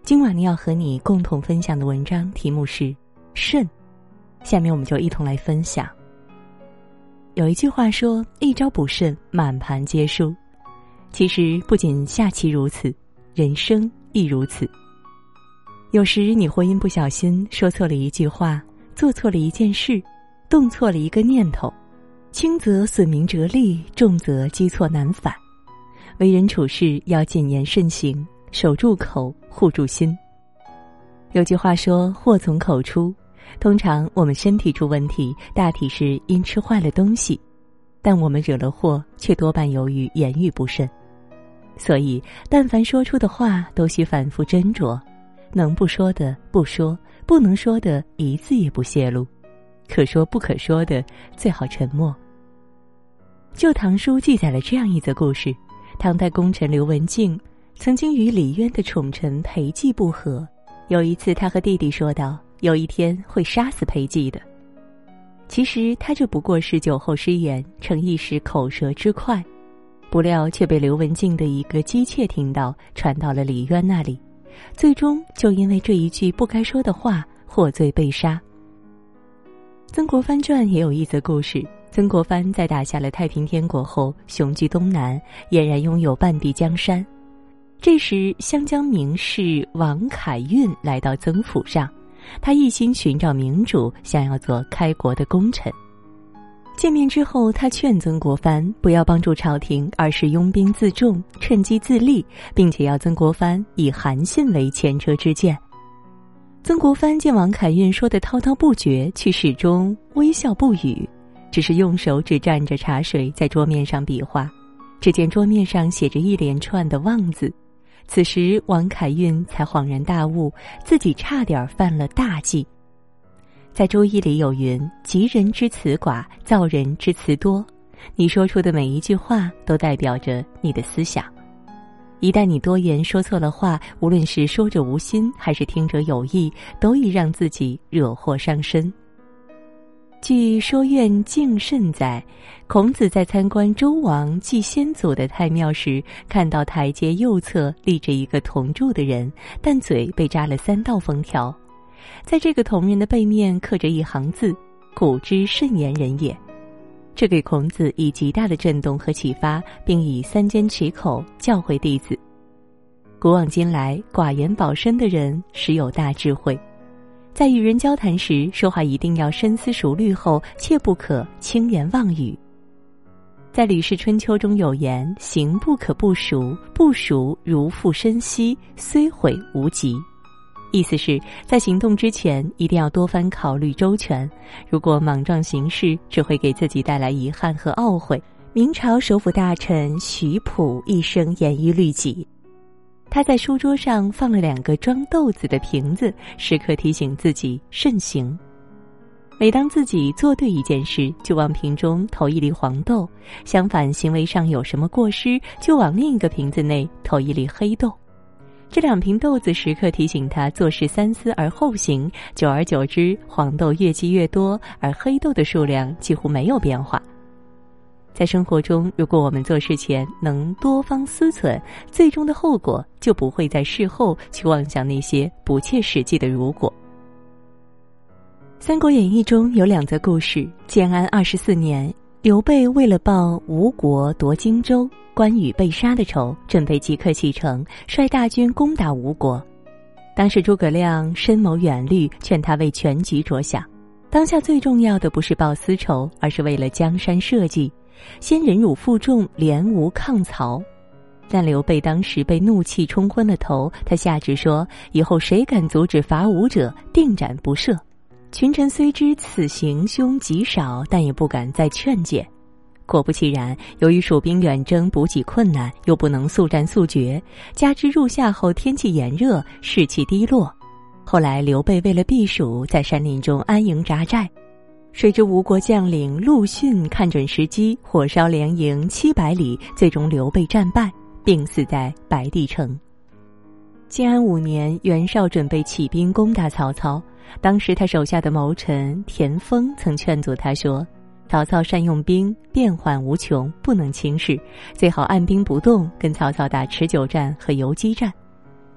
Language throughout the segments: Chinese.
今晚呢要和你共同分享的文章题目是肾。下面我们就一同来分享。有一句话说，一朝补肾，满盘皆输。其实不仅下棋如此，人生亦如此。有时你或因不小心说错了一句话，做错了一件事，动错了一个念头，轻则损名折利，重则机错难返。为人处事要谨言慎行，守住口，护住心。有句话说，祸从口出。通常我们身体出问题，大体是因吃坏了东西，但我们惹了祸，却多半由于言语不慎。所以但凡说出的话都需反复斟酌，能不说的不说，不能说的一字也不泄露，可说不可说的最好沉默。旧唐书记载了这样一则故事，唐代功臣刘文静曾经与李渊的宠臣裴寂不和。有一次他和弟弟说道，有一天会杀死裴寂的。其实他这不过是酒后失言，逞一时口舌之快，不料却被刘文静的一个姬妾听到，传到了李渊那里，最终就因为这一句不该说的话获罪被杀。曾国藩传也有一则故事，曾国藩在打下了太平天国后，雄居东南，俨然拥有半壁江山。这时湘江名士王凯运来到曾府上，他一心寻找明主，想要做开国的功臣。见面之后，他劝曾国藩不要帮助朝廷，而是拥兵自重，趁机自立，并且要曾国藩以韩信为前车之鉴。曾国藩见王凯运说得滔滔不绝，却始终微笑不语，只是用手指蘸着茶水在桌面上比划。只见桌面上写着一连串的望字，此时王凯运才恍然大悟，自己差点犯了大忌。在周易里有云，吉人之辞寡，造人之辞多。你说出的每一句话都代表着你的思想，一旦你多言说错了话，无论是说者无心还是听者有意，都易让自己惹祸伤身。据说苑敬慎载，孔子在参观周王祭先祖的太庙时，看到台阶右侧立着一个铜铸的人，但嘴被扎了3道封条，在这个铜人的背面刻着一行字，古之慎言人也。这给孔子以极大的震动和启发，并以3缄其口教诲弟子。古往今来，寡言保身的人实有大智慧。在与人交谈时，说话一定要深思熟虑后，切不可轻言妄语。在《吕氏春秋》中有言，行不可不熟，不熟如负深溪，虽毁无及。意思是在行动之前一定要多番考虑周全，如果莽撞行事，只会给自己带来遗憾和懊悔。明朝首辅大臣徐溥一生严于律己，他在书桌上放了2个装豆子的瓶子，时刻提醒自己慎行。每当自己做对一件事，就往瓶中投1粒黄豆，相反行为上有什么过失，就往另一个瓶子内投1粒黑豆。这2瓶豆子时刻提醒他做事三思而后行，久而久之，黄豆越积越多，而黑豆的数量几乎没有变化。在生活中，如果我们做事前能多方思忖，最终的后果就不会在事后去妄想那些不切实际的如果。《三国演义》中有2则故事。建安24年，刘备为了报吴国夺荆州、关羽被杀的仇，准备即刻启程，率大军攻打吴国。当时诸葛亮深谋远虑，劝他为全局着想。当下最重要的不是报私仇，而是为了江山社稷，先忍辱负重，联吴抗曹。但刘备当时被怒气冲昏了头，他下旨说，以后谁敢阻止伐吴者，定斩不赦。群臣虽知此行凶极少，但也不敢再劝谏。果不其然，由于蜀兵远征，补给困难，又不能速战速决，加之入夏后天气炎热，士气低落。后来刘备为了避暑，在山林中安营扎寨。谁知吴国将领陆逊看准时机，火烧连营700里，最终刘备战败，病死在白帝城。建安5年，袁绍准备起兵攻打曹操，当时他手下的谋臣田丰曾劝阻他说，曹操善用兵，变幻无穷，不能轻视，最好按兵不动，跟曹操打持久战和游击战。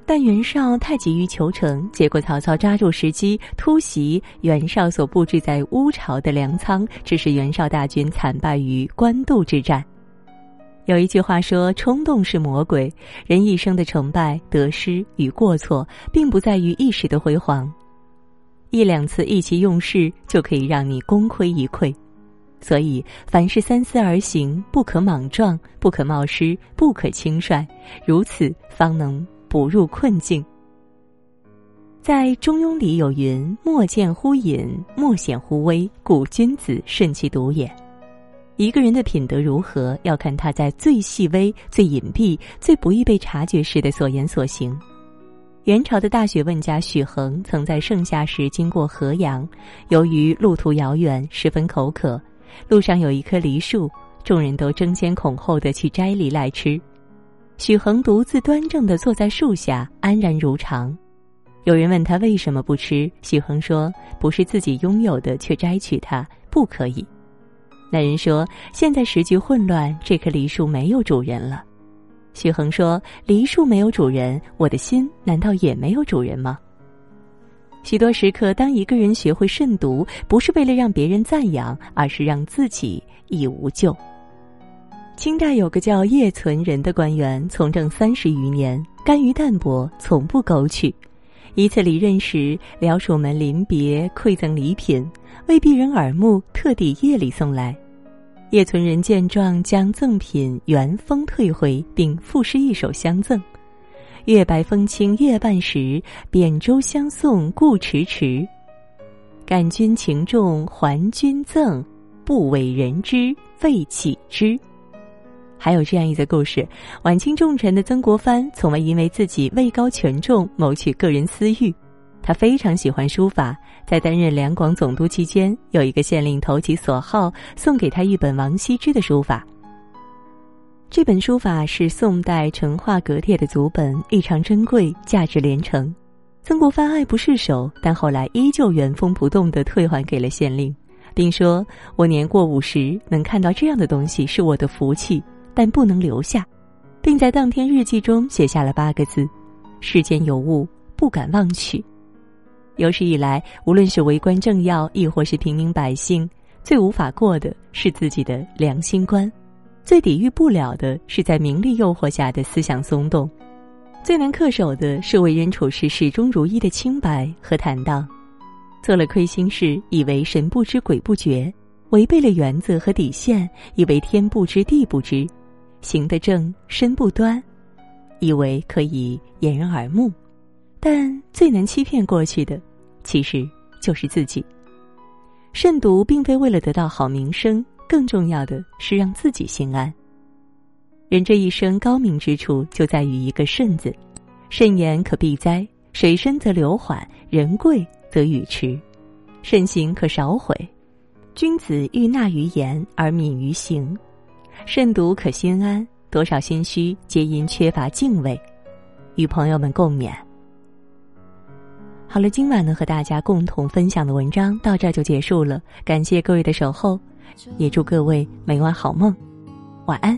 但袁绍太急于求成，结果曹操抓住时机突袭袁绍所布置在乌巢的粮仓，致使袁绍大军惨败于官渡之战。有一句话说，冲动是魔鬼，人一生的成败、得失与过错，并不在于一时的辉煌，一两次意气用事就可以让你功亏一篑。所以凡事三思而行，不可莽撞，不可冒失，不可轻率，如此方能不入困境。在《中庸》里有云：莫见乎隐，莫显乎微，故君子慎其独也。一个人的品德如何，要看他在最细微、最隐蔽、最不易被察觉时的所言所行。元朝的大学问家许衡曾在盛夏时经过河阳，由于路途遥远，十分口渴，路上有一棵梨树，众人都争先恐后地去摘梨来吃。许衡独自端正地坐在树下，安然如常。有人问他为什么不吃，许衡说：不是自己拥有的却摘取它，不可以。那人说：现在时局混乱，这棵梨树没有主人了。许衡说：梨树没有主人，我的心难道也没有主人吗？许多时刻，当一个人学会慎独，不是为了让别人赞扬，而是让自己亦无咎。清代有个叫叶存仁的官员，从政30余年，甘于淡泊，从不苟取。一次离任时，僚属们临别馈赠礼品，为避人耳目，特地夜里送来。叶存仁见状，将赠品原封退回，并赋诗一首相赠：月白风清夜半时，扁舟相送故迟迟。感君情重还君赠，不为人知未启之。还有这样一则故事，晚清重臣的曾国藩从未因为自己位高权重谋取个人私欲，他非常喜欢书法，在担任两广总督期间，有一个县令投其所好，送给他一本王羲之的书法。这本书法是宋代成化阁帖的祖本，异常珍贵，价值连城。曾国藩爱不释手，但后来依旧原封不动地退还给了县令，并说：我年过50，能看到这样的东西是我的福气，但不能留下，并在当天日记中写下了8个字：世间有物，不敢忘取。有史以来，无论是为官政要，亦或是平民百姓，最无法过的是自己的良心关，最抵御不了的是在名利诱惑下的思想松动，最难恪守的是为人处事始终如一的清白和坦荡。做了亏心事，以为神不知鬼不觉，违背了原则和底线，以为天不知地不知，行得正身不端，以为可以掩人耳目，但最能欺骗过去的其实就是自己。慎独并非为了得到好名声，更重要的是让自己心安。人这一生高明之处就在于一个慎字，慎言可避灾，水深则流缓，人贵则语迟，慎行可少悔，君子欲纳于言而敏于行。慎独可心安，多少心虚皆因缺乏敬畏。与朋友们共勉。好了，今晚呢和大家共同分享的文章到这就结束了，感谢各位的守候，也祝各位每晚好梦，晚安。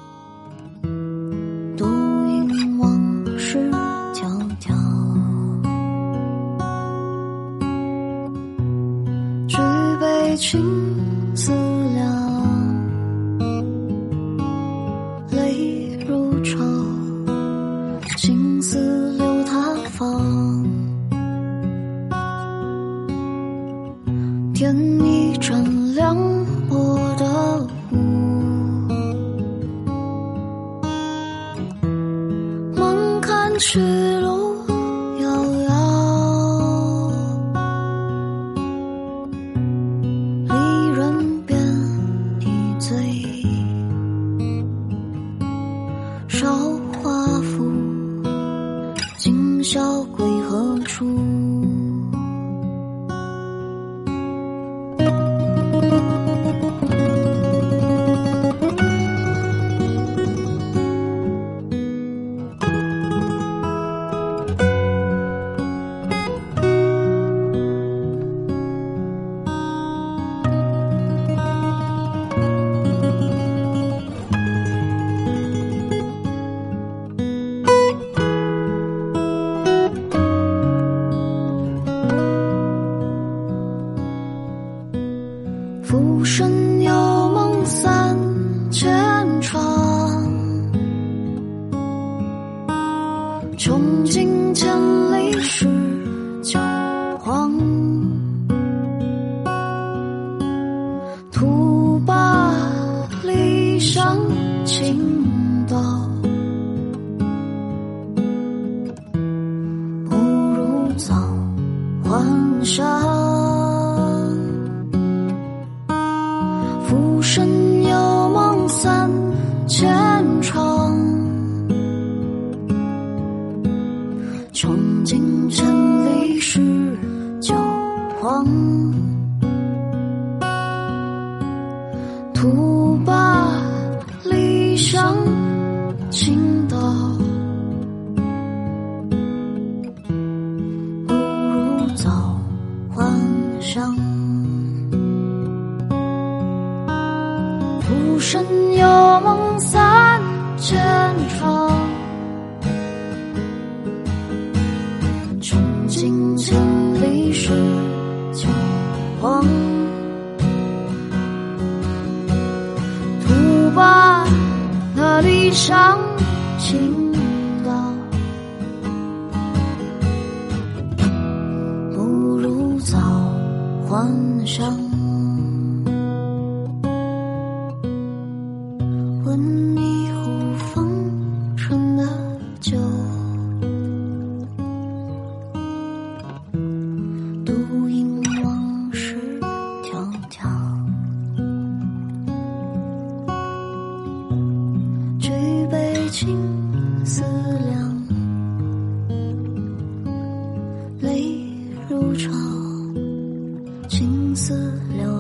独饮往事迢迢，举杯倾思量，泪如潮，青丝流他方。天一盏亮我的雾，猛看去路遥遥，离人便已醉，韶华赋，今宵归何处？ 穷尽千里是九荒，徒把离伤倾倒，不如早还乡。浮生有梦3000场，穷尽千里是九荒，徒把离伤倾倒，不如早还乡。浮生有梦3000场，穷尽千里是九荒，徒把那离伤倾倒，不如早还乡。温一壶风尘的酒，独饮往事迢迢。举杯倾思量，泪如潮，青丝流